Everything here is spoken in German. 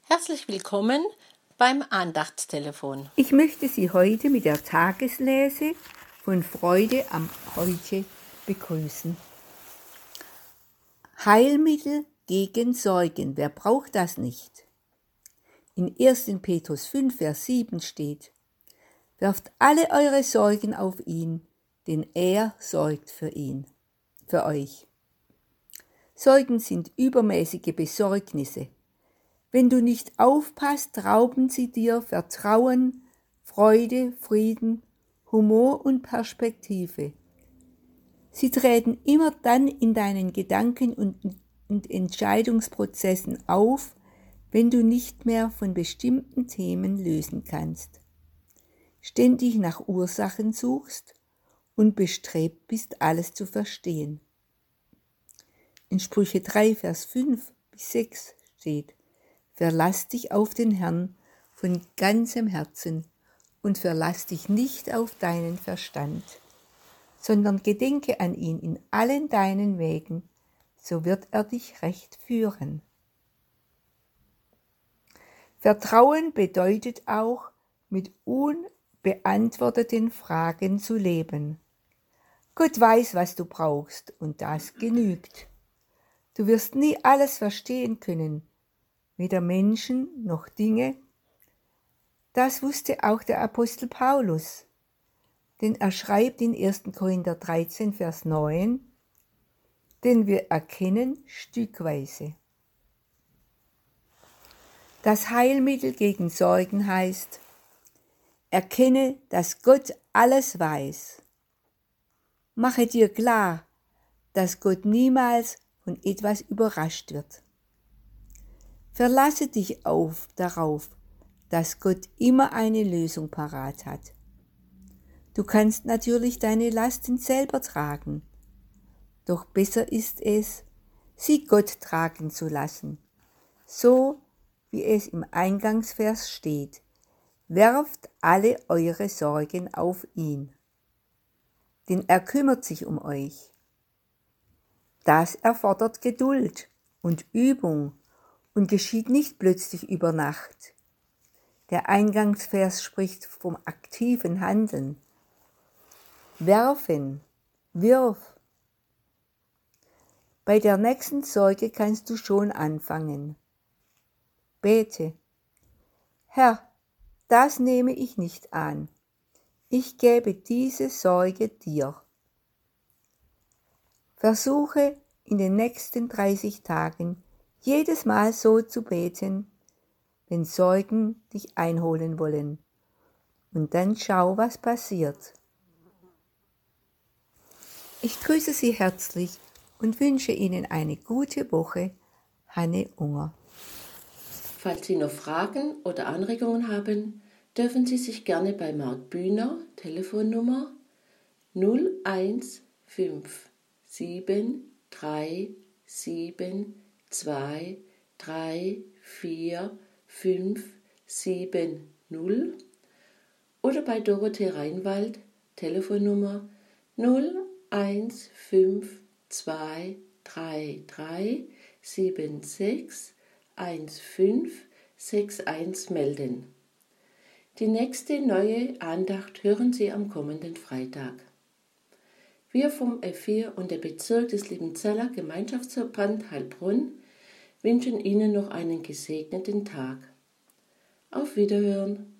Herzlich willkommen beim Andachtstelefon. Ich möchte Sie heute mit der Tageslese von Freude am Heute begrüßen. Heilmittel gegen Sorgen, wer braucht das nicht? In 1. Petrus 5, Vers 7 steht: Werft alle eure Sorgen auf ihn, denn er sorgt für euch. Sorgen sind übermäßige Besorgnisse. Wenn du nicht aufpasst, rauben sie dir Vertrauen, Freude, Frieden, Humor und Perspektive. Sie treten immer dann in deinen Gedanken und Entscheidungsprozessen auf, wenn du nicht mehr von bestimmten Themen lösen kannst, ständig nach Ursachen suchst und bestrebt bist, alles zu verstehen. In Sprüche 3, Vers 5 bis 6 steht: Verlass dich auf den Herrn von ganzem Herzen und verlass dich nicht auf deinen Verstand, sondern gedenke an ihn in allen deinen Wegen, so wird er dich recht führen. Vertrauen bedeutet auch, mit unbeantworteten Fragen zu leben. Gott weiß, was du brauchst, und das genügt. Du wirst nie alles verstehen können, weder Menschen noch Dinge. Das wusste auch der Apostel Paulus, denn er schreibt in 1. Korinther 13, Vers 9, denn wir erkennen stückweise. Das Heilmittel gegen Sorgen heißt: Erkenne, dass Gott alles weiß. Mache dir klar, dass Gott niemals von etwas überrascht wird. Verlasse dich darauf, dass Gott immer eine Lösung parat hat. Du kannst natürlich deine Lasten selber tragen, doch besser ist es, sie Gott tragen zu lassen, so wie es im Eingangsvers steht: Werft alle eure Sorgen auf ihn, denn er kümmert sich um euch. Das erfordert Geduld und Übung und geschieht nicht plötzlich über Nacht. Der Eingangsvers spricht vom aktiven Handeln. Werfen, wirf. Bei der nächsten Sorge kannst du schon anfangen. Bete: Herr, das nehme ich nicht an. Ich gebe diese Sorge dir. Versuche in den nächsten 30 Tagen jedes Mal so zu beten, wenn Sorgen dich einholen wollen. Und dann schau, was passiert. Ich grüße Sie herzlich und wünsche Ihnen eine gute Woche. Hanne Unger. Falls Sie noch Fragen oder Anregungen haben, dürfen Sie sich gerne bei Maud Bühner, Telefonnummer 01573723457 oder bei Dorothee Reinwald, Telefonnummer 0152333761561 melden. Die nächste neue Andacht hören Sie am kommenden Freitag. Wir vom F4 und der Bezirk des Liebenzeller Gemeinschaftsverband Heilbronn wünschen Ihnen noch einen gesegneten Tag. Auf Wiederhören!